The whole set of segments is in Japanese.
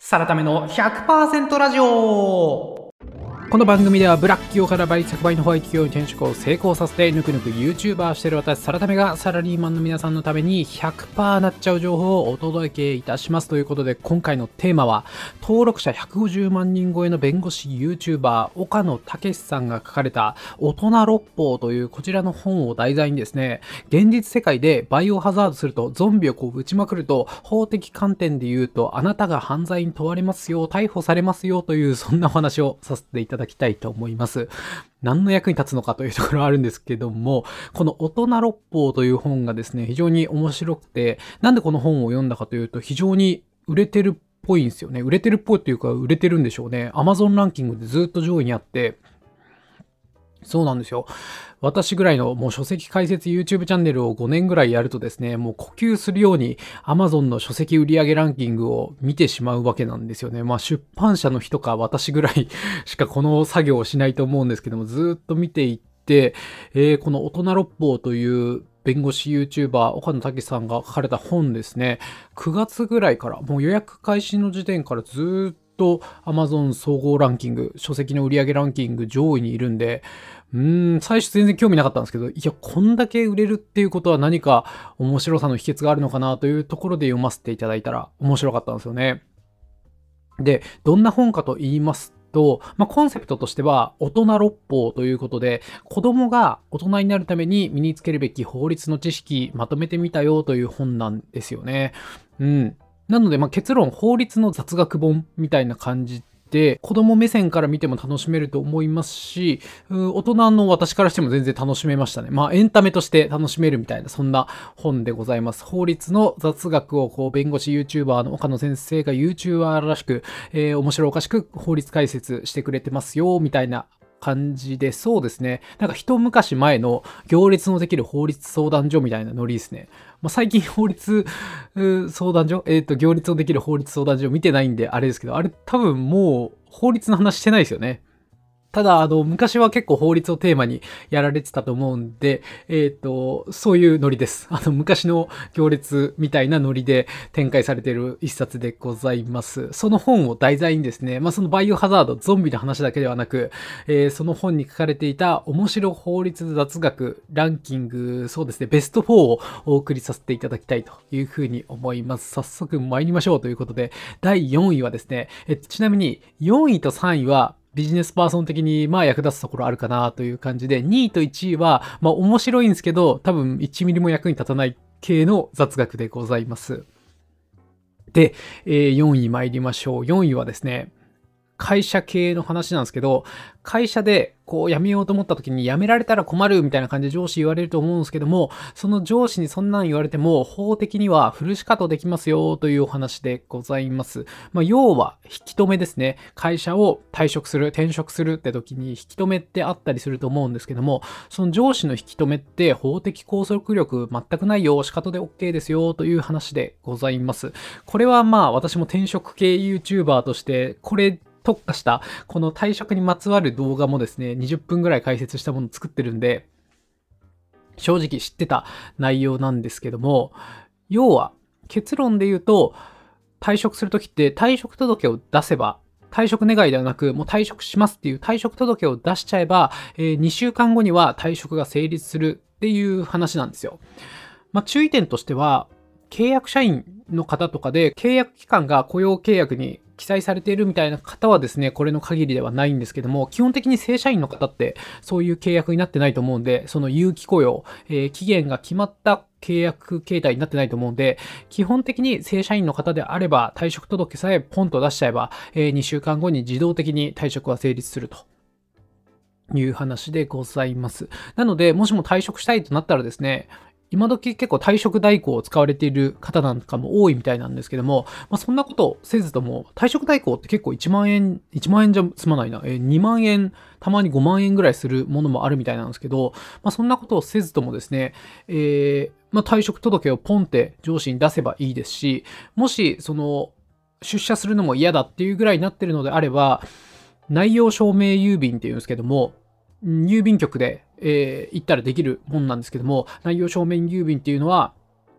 サラタメの 100% ラジオ。この番組ではブラック企業から倍100倍のホワイト企業に転職を成功させてぬくぬく YouTuber している私サラタメがサラリーマンの皆さんのために 100% なっちゃう情報をお届けいたしますということで、今回のテーマは登録者150万人超えの弁護士 YouTuber 岡野武さんが書かれた大人六法というこちらの本を題材にですね、現実世界でバイオハザードするとゾンビを撃ちまくると法的観点で言うとあなたが犯罪に問われますよ、逮捕されますよというそんなお話をさせていただきたいと思います。何の役に立つのかというところはあるんですけども、この大人六法という本がですね、非常に面白くて、なんでこの本を読んだかというと、非常に売れてるっぽいんですよね。売れてるっぽいというか、売れてるんでしょうね。Amazon ランキングでずっと上位にあって、そうなんですよ。私ぐらいのもう書籍解説 YouTube チャンネルを5年ぐらいやるとですね、もう呼吸するように Amazon の書籍売上ランキングを見てしまうわけなんですよね。まあ出版社の人か私ぐらいしかこの作業をしないと思うんですけども、ずっと見ていって、この大人六法という弁護士 YouTuber 岡野武さんが書かれた本ですね、9月ぐらいからもう予約開始の時点からずっと Amazon 総合ランキング、書籍の売上ランキング上位にいるんで、最初全然興味なかったんですけど、いや、こんだけ売れるっていうことは何か面白さの秘訣があるのかなというところで読ませていただいたら面白かったんですよね。で、どんな本かと言いますと、コンセプトとしては大人六法ということで、子供が大人になるために身につけるべき法律の知識まとめてみたよという本なんですよね。なので、結論、法律の雑学本みたいな感じで、子供目線から見ても楽しめると思いますし、大人の私からしても全然楽しめましたね。エンタメとして楽しめるみたいな、そんな本でございます。法律の雑学を弁護士 YouTuber の岡野先生が YouTuber らしく、面白おかしく法律解説してくれてますよ、みたいな感じで、そうですね。なんか一昔前の行列のできる法律相談所みたいなノリですね。最近法律相談所行列のできる法律相談所見てないんであれですけど、あれ多分もう法律の話してないですよね。ただ、昔は結構法律をテーマにやられてたと思うんで、そういうノリです。昔の行列みたいなノリで展開されている一冊でございます。その本を題材にですね、そのバイオハザード、ゾンビの話だけではなく、その本に書かれていた面白法律雑学ランキング、そうですね、ベスト4をお送りさせていただきたいというふうに思います。早速参りましょうということで、第4位はですね、ちなみに4位と3位は、ビジネスパーソン的に役立つところあるかなという感じで、2位と1位は面白いんですけど、多分1ミリも役に立たない系の雑学でございます。で、4位参りましょう。4位はですね、会社系の話なんですけど、会社で辞めようと思った時に辞められたら困るみたいな感じで上司言われると思うんですけども、その上司にそんなん言われても法的にはフルシカトできますよというお話でございます。要は引き止めですね。会社を退職する、転職するって時に引き止めってあったりすると思うんですけども、その上司の引き止めって法的拘束力全くないよ、シカトで OK ですよという話でございます。これは私も転職系 YouTuber としてこれ特化したこの退職にまつわる動画もですね、20分ぐらい解説したものを作ってるんで、正直知ってた内容なんですけども、要は結論で言うと、退職するときって退職届を出せば、退職願いではなく、もう退職しますっていう退職届を出しちゃえば、2週間後には退職が成立するっていう話なんですよ。注意点としては、契約社員の方とかで契約期間が雇用契約に記載されているみたいな方はですね、これの限りではないんですけども、基本的に正社員の方ってそういう契約になってないと思うんで、その有期雇用、期限が決まった契約形態になってないと思うんで、基本的に正社員の方であれば退職届さえポンと出しちゃえば、2週間後に自動的に退職は成立するという話でございます。なので、もしも退職したいとなったらですね、今時結構退職代行を使われている方なんかも多いみたいなんですけども、そんなことをせずとも、退職代行って結構1万円じゃ済まないな、2万円、たまに5万円ぐらいするものもあるみたいなんですけど、そんなことをせずともですね、退職届をポンって上司に出せばいいですし、もし出社するのも嫌だっていうぐらいになってるのであれば、内容証明郵便っていうんですけども、郵便局で、行ったらできるもんなんですけども、内容証明郵便っていうのは、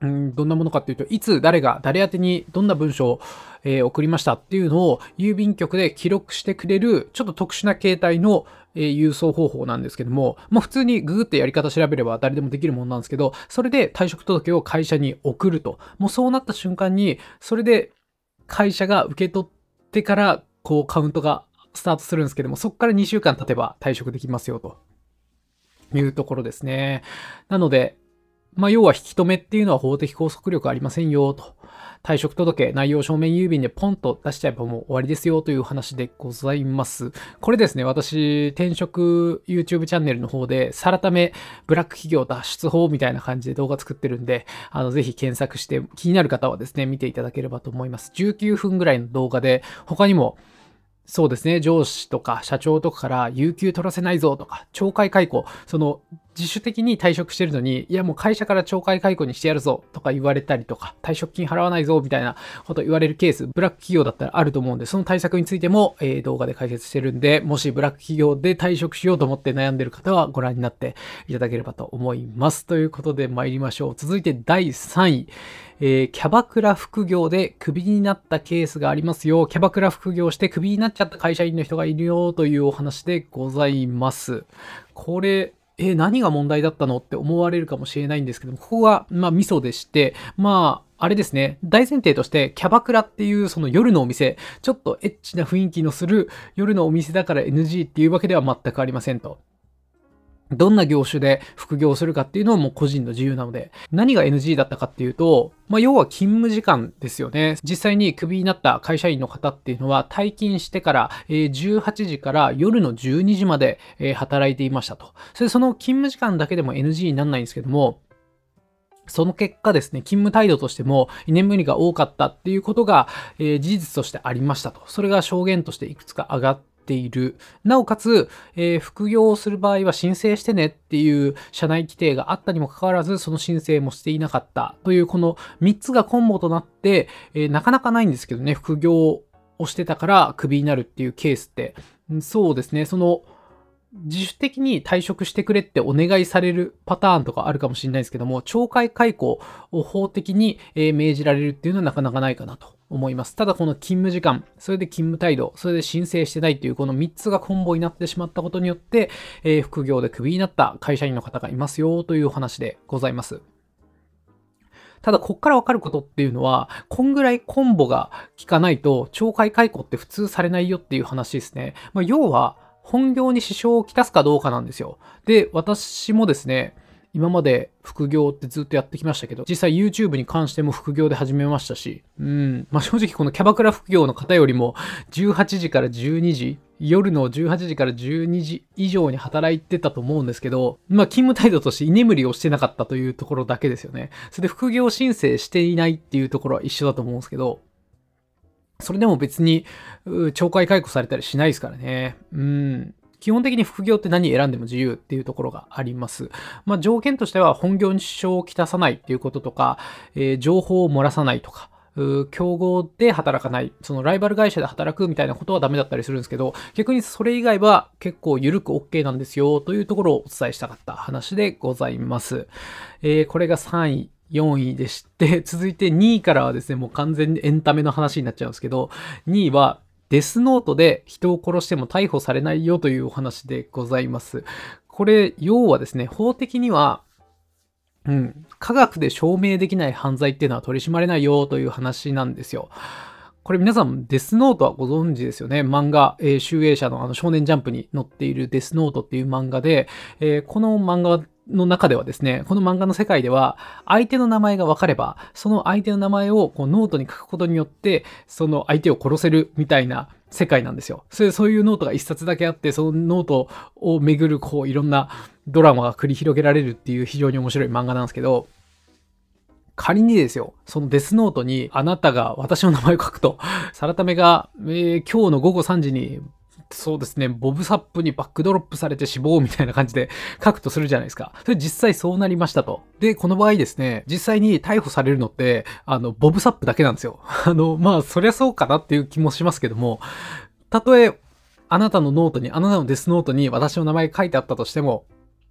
どんなものかっていうと、いつ誰が誰宛てにどんな文章を、送りましたっていうのを郵便局で記録してくれる、ちょっと特殊な形態の、郵送方法なんですけども、普通にググってやり方調べれば誰でもできるものなんですけど、それで退職届を会社に送ると。もうそうなった瞬間に、それで会社が受け取ってから、こうカウントがスタートするんですけども、そこから2週間経てば退職できますよというところですね。なので、要は引き止めっていうのは法的拘束力ありませんよと。退職届、内容証明郵便でポンと出しちゃえばもう終わりですよという話でございます。これですね、私、転職 YouTube チャンネルの方で、さらためブラック企業脱出法みたいな感じで動画作ってるんで、ぜひ検索して気になる方はですね、見ていただければと思います。19分ぐらいの動画で、他にも、そうですね、上司とか社長とかから有給取らせないぞとか、懲戒解雇、自主的に退職してるのに、いやもう会社から懲戒解雇にしてやるぞとか言われたりとか、退職金払わないぞみたいなこと言われるケース、ブラック企業だったらあると思うんで、その対策についても、動画で解説してるんで、もしブラック企業で退職しようと思って悩んでる方はご覧になっていただければと思います。ということで参りましょう。続いて第3位。キャバクラ副業でクビになったケースがありますよ。キャバクラ副業してクビになっちゃった会社員の人がいるよというお話でございます。これ、何が問題だったのって思われるかもしれないんですけども、ここが、ミソでして、あれですね、大前提として、キャバクラっていうその夜のお店、ちょっとエッチな雰囲気のする夜のお店だから NG っていうわけでは全くありませんと。どんな業種で副業するかっていうのはもう個人の自由なので、何が NG だったかっていうと、要は勤務時間ですよね。実際にクビになった会社員の方っていうのは退勤してから18時から夜の12時まで働いていましたと。その勤務時間だけでも NG にならないんですけども、その結果ですね、勤務態度としても居眠りが多かったっていうことが、事実としてありましたと。それが証言としていくつか上がっている。なおかつ、副業をする場合は申請してねっていう社内規定があったにもかかわらず、その申請もしていなかったという、この3つがコンボとなって、なかなかないんですけどね、副業をしてたからクビになるっていうケースって。そうですね、自主的に退職してくれってお願いされるパターンとかあるかもしれないですけども、懲戒解雇を法的に命じられるっていうのはなかなかないかなと思います。ただこの勤務時間、それで勤務態度、それで申請してないっていうこの3つがコンボになってしまったことによって、副業でクビになった会社員の方がいますよというお話でございます。ただ、こっからわかることっていうのは、こんぐらいコンボが効かないと、懲戒解雇って普通されないよっていう話ですね。要は、本業に支障をきたすかどうかなんですよ。で、私もですね、今まで副業ってずっとやってきましたけど、実際 YouTube に関しても副業で始めましたし、正直このキャバクラ副業の方よりも18時から12時、夜の18時から12時以上に働いてたと思うんですけど、勤務態度として居眠りをしてなかったというところだけですよね。それで副業申請していないっていうところは一緒だと思うんですけど、それでも別に懲戒解雇されたりしないですからね。基本的に副業って何選んでも自由っていうところがあります。条件としては本業に支障をきたさないっていうこととか、情報を漏らさないとか、競合で働かない、そのライバル会社で働くみたいなことはダメだったりするんですけど、逆にそれ以外は結構緩く OK なんですよというところをお伝えしたかった話でございます。これが3位。4位でして、続いて2位からはですね、もう完全にエンタメの話になっちゃうんですけど、2位はデスノートで人を殺しても逮捕されないよというお話でございます。これ、要はですね、法的には、科学で証明できない犯罪っていうのは取り締まれないよという話なんですよ。これ皆さんデスノートはご存知ですよね。漫画、集英社の少年ジャンプに載っているデスノートっていう漫画で、この漫画の中ではですね、この漫画の世界では相手の名前が分かれば、その相手の名前をこうノートに書くことによって、その相手を殺せるみたいな世界なんですよ。そういうノートが一冊だけあって、そのノートをめぐるこういろんなドラマが繰り広げられるっていう非常に面白い漫画なんですけど、仮にですよ、そのデスノートにあなたが私の名前を書くと、サラタメが、今日の午後3時にそうですね、ボブサップにバックドロップされて死亡みたいな感じで書くとするじゃないですか。それ実際そうなりましたと。で、この場合ですね、実際に逮捕されるのって、ボブサップだけなんですよ。そりゃそうかなっていう気もしますけども、たとえ、あなたのデスノートに私の名前書いてあったとしても、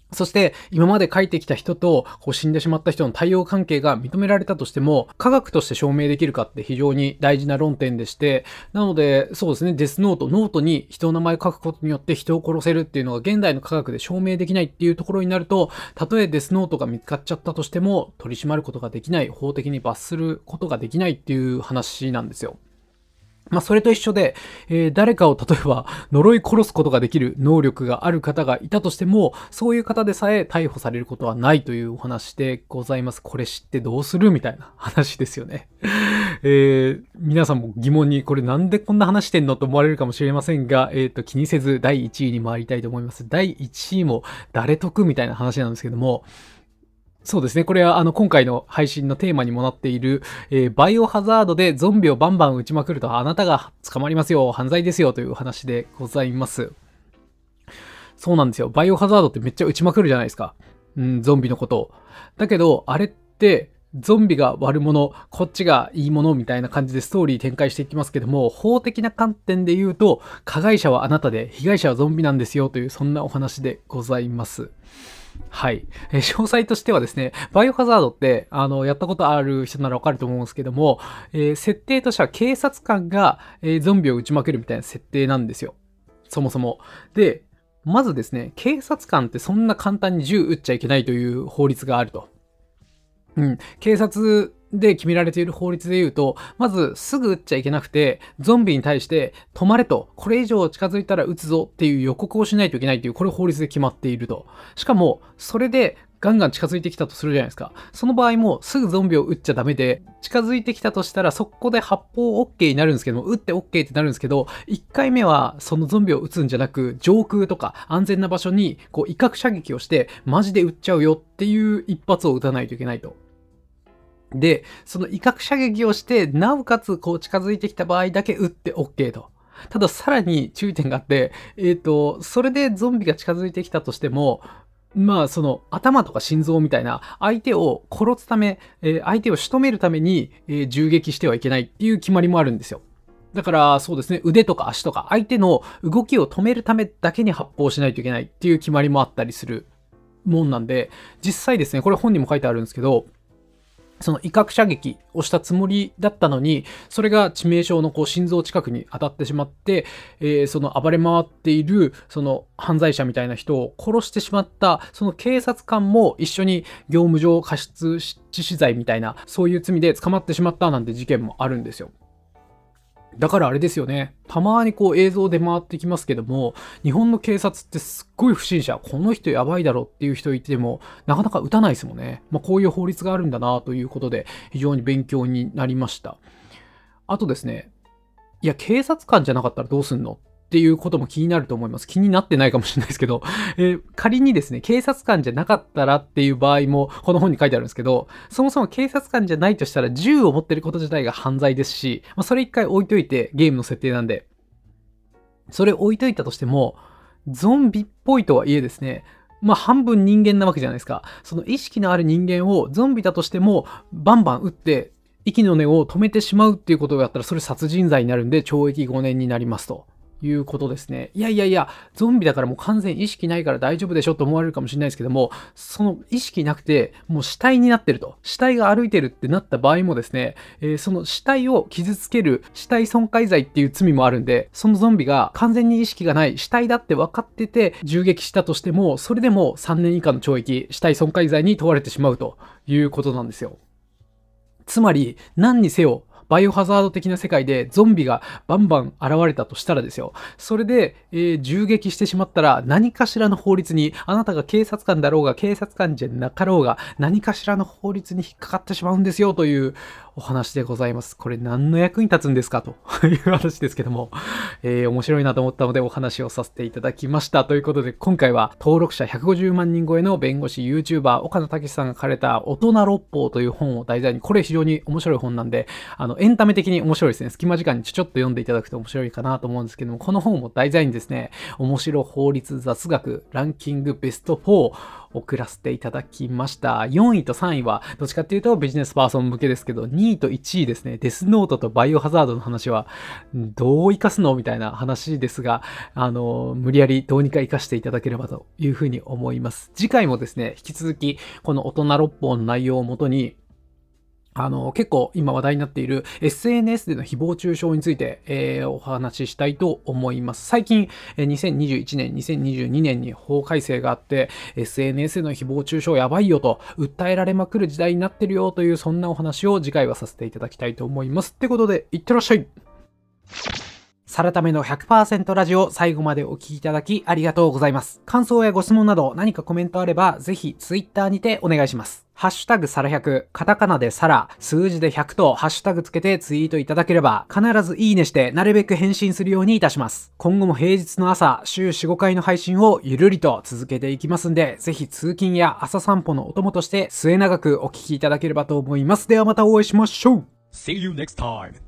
そして、今まで書いてきた人と、死んでしまった人の対応関係が認められたとしても、科学として証明できるかって非常に大事な論点でして、なので、そうですね、デスノート、ノートに人の名前を書くことによって人を殺せるっていうのが現代の科学で証明できないっていうところになると、たとえデスノートが見つかっちゃったとしても、取り締まることができない、法的に罰することができないっていう話なんですよ。それと一緒で、誰かを例えば呪い殺すことができる能力がある方がいたとしても、そういう方でさえ逮捕されることはないというお話でございます。これ知ってどうするみたいな話ですよね。皆さんも疑問に、これなんでこんな話してんのと思われるかもしれませんが、気にせず第1位に参りたいと思います。第1位も誰得みたいな話なんですけども、そうですね。これは今回の配信のテーマにもなっている、バイオハザードでゾンビをバンバン撃ちまくるとあなたが捕まりますよ、犯罪ですよという話でございます。そうなんですよ。バイオハザードってめっちゃ撃ちまくるじゃないですか。ゾンビのことを。だけど、あれって、ゾンビが悪者、こっちがいいものみたいな感じでストーリー展開していきますけども、法的な観点で言うと、加害者はあなたで、被害者はゾンビなんですよという、そんなお話でございます。はい。詳細としてはですね、バイオハザードって、やったことある人ならわかると思うんですけども、設定としては警察官が、ゾンビを撃ちまくるみたいな設定なんですよ。そもそも。で、まずですね、警察官ってそんな簡単に銃撃っちゃいけないという法律があると。警察で決められている法律で言うと、まずすぐ撃っちゃいけなくて、ゾンビに対して止まれと、これ以上近づいたら撃つぞっていう予告をしないといけないという、これ法律で決まっていると。しかも、それでガンガン近づいてきたとするじゃないですか。その場合もすぐゾンビを撃っちゃダメで、近づいてきたとしたらそこで発砲 OK になるんですけども、撃って OK ってなるんですけど、1回目はそのゾンビを撃つんじゃなく、上空とか安全な場所に威嚇射撃をして、マジで撃っちゃうよっていう一発を撃たないといけないと。で、その威嚇射撃をして、なおかつ近づいてきた場合だけ撃って OK と。たださらに注意点があって、それでゾンビが近づいてきたとしても、その頭とか心臓みたいな相手を殺すため、相手を仕留めるために、銃撃してはいけないっていう決まりもあるんですよ。だからそうですね、腕とか足とか相手の動きを止めるためだけに発砲しないといけないっていう決まりもあったりするもんなんで、実際ですね、これ本にも書いてあるんですけど、その威嚇射撃をしたつもりだったのに、それが致命傷の心臓近くに当たってしまって、その暴れ回っているその犯罪者みたいな人を殺してしまった、その警察官も一緒に業務上過失致死罪みたいな、そういう罪で捕まってしまったなんて事件もあるんですよ。だからあれですよね。たまに映像で回ってきますけども、日本の警察ってすっごい不審者、この人やばいだろっていう人いても、なかなか撃たないですもんね。こういう法律があるんだなということで、非常に勉強になりました。あとですね、いや、警察官じゃなかったらどうすんのっていうことも気になると思います。気になってないかもしれないですけど、仮にですね、警察官じゃなかったらっていう場合も、この本に書いてあるんですけど、そもそも警察官じゃないとしたら銃を持ってること自体が犯罪ですし、それ一回置いといて、ゲームの設定なんで、それ置いといたとしても、ゾンビっぽいとはいえですね、半分人間なわけじゃないですか。その意識のある人間をゾンビだとしても、バンバン撃って、息の根を止めてしまうっていうことをやったら、それ殺人罪になるんで、懲役5年になりますと。いうことですね。いや、ゾンビだからもう完全意識ないから大丈夫でしょと思われるかもしれないですけども、その意識なくて、もう死体になってると。死体が歩いてるってなった場合もですね、その死体を傷つける死体損壊罪っていう罪もあるんで、そのゾンビが完全に意識がない死体だって分かってて銃撃したとしても、それでも3年以下の懲役、死体損壊罪に問われてしまうということなんですよ。つまり、何にせよ、バイオハザード的な世界でゾンビがバンバン現れたとしたらですよ。それで、銃撃してしまったら何かしらの法律に、あなたが警察官だろうが警察官じゃなかろうが何かしらの法律に引っかかってしまうんですよというお話でございます。これ何の役に立つんですかという話ですけども、面白いなと思ったのでお話をさせていただきました。ということで今回は登録者150万人超えの弁護士 YouTuber 岡野武さんが書かれた大人六法という本を題材に、これ非常に面白い本なんで、エンタメ的に面白いですね。隙間時間にちょっと読んでいただくと面白いかなと思うんですけども、この本を題材にですね、面白法律雑学ランキングベスト4 送らせていただきました。4位と3位は、どっちかっていうとビジネスパーソン向けですけど、2位と1位ですね、デスノートとバイオハザードの話は、どう活かすのみたいな話ですが、無理やりどうにか活かしていただければというふうに思います。次回もですね、引き続き、この大人六法の内容をもとに、結構今話題になっている SNS での誹謗中傷について、お話ししたいと思います。最近、2021年、2022年に法改正があって、SNS での誹謗中傷やばいよと訴えられまくる時代になってるよというそんなお話を次回はさせていただきたいと思います。ってことで、いってらっしゃい。サラタメの 100% ラジオ最後までお聞きいただきありがとうございます。感想やご質問など何かコメントあればぜひ Twitter にてお願いします。ハッシュタグサラ100、カタカナでサラ、数字で100とハッシュタグつけてツイートいただければ必ずいいねしてなるべく返信するようにいたします。今後も平日の朝、週4、5回の配信をゆるりと続けていきますんで、ぜひ通勤や朝散歩のお供として末永くお聞きいただければと思います。ではまたお会いしましょう。 See you next time.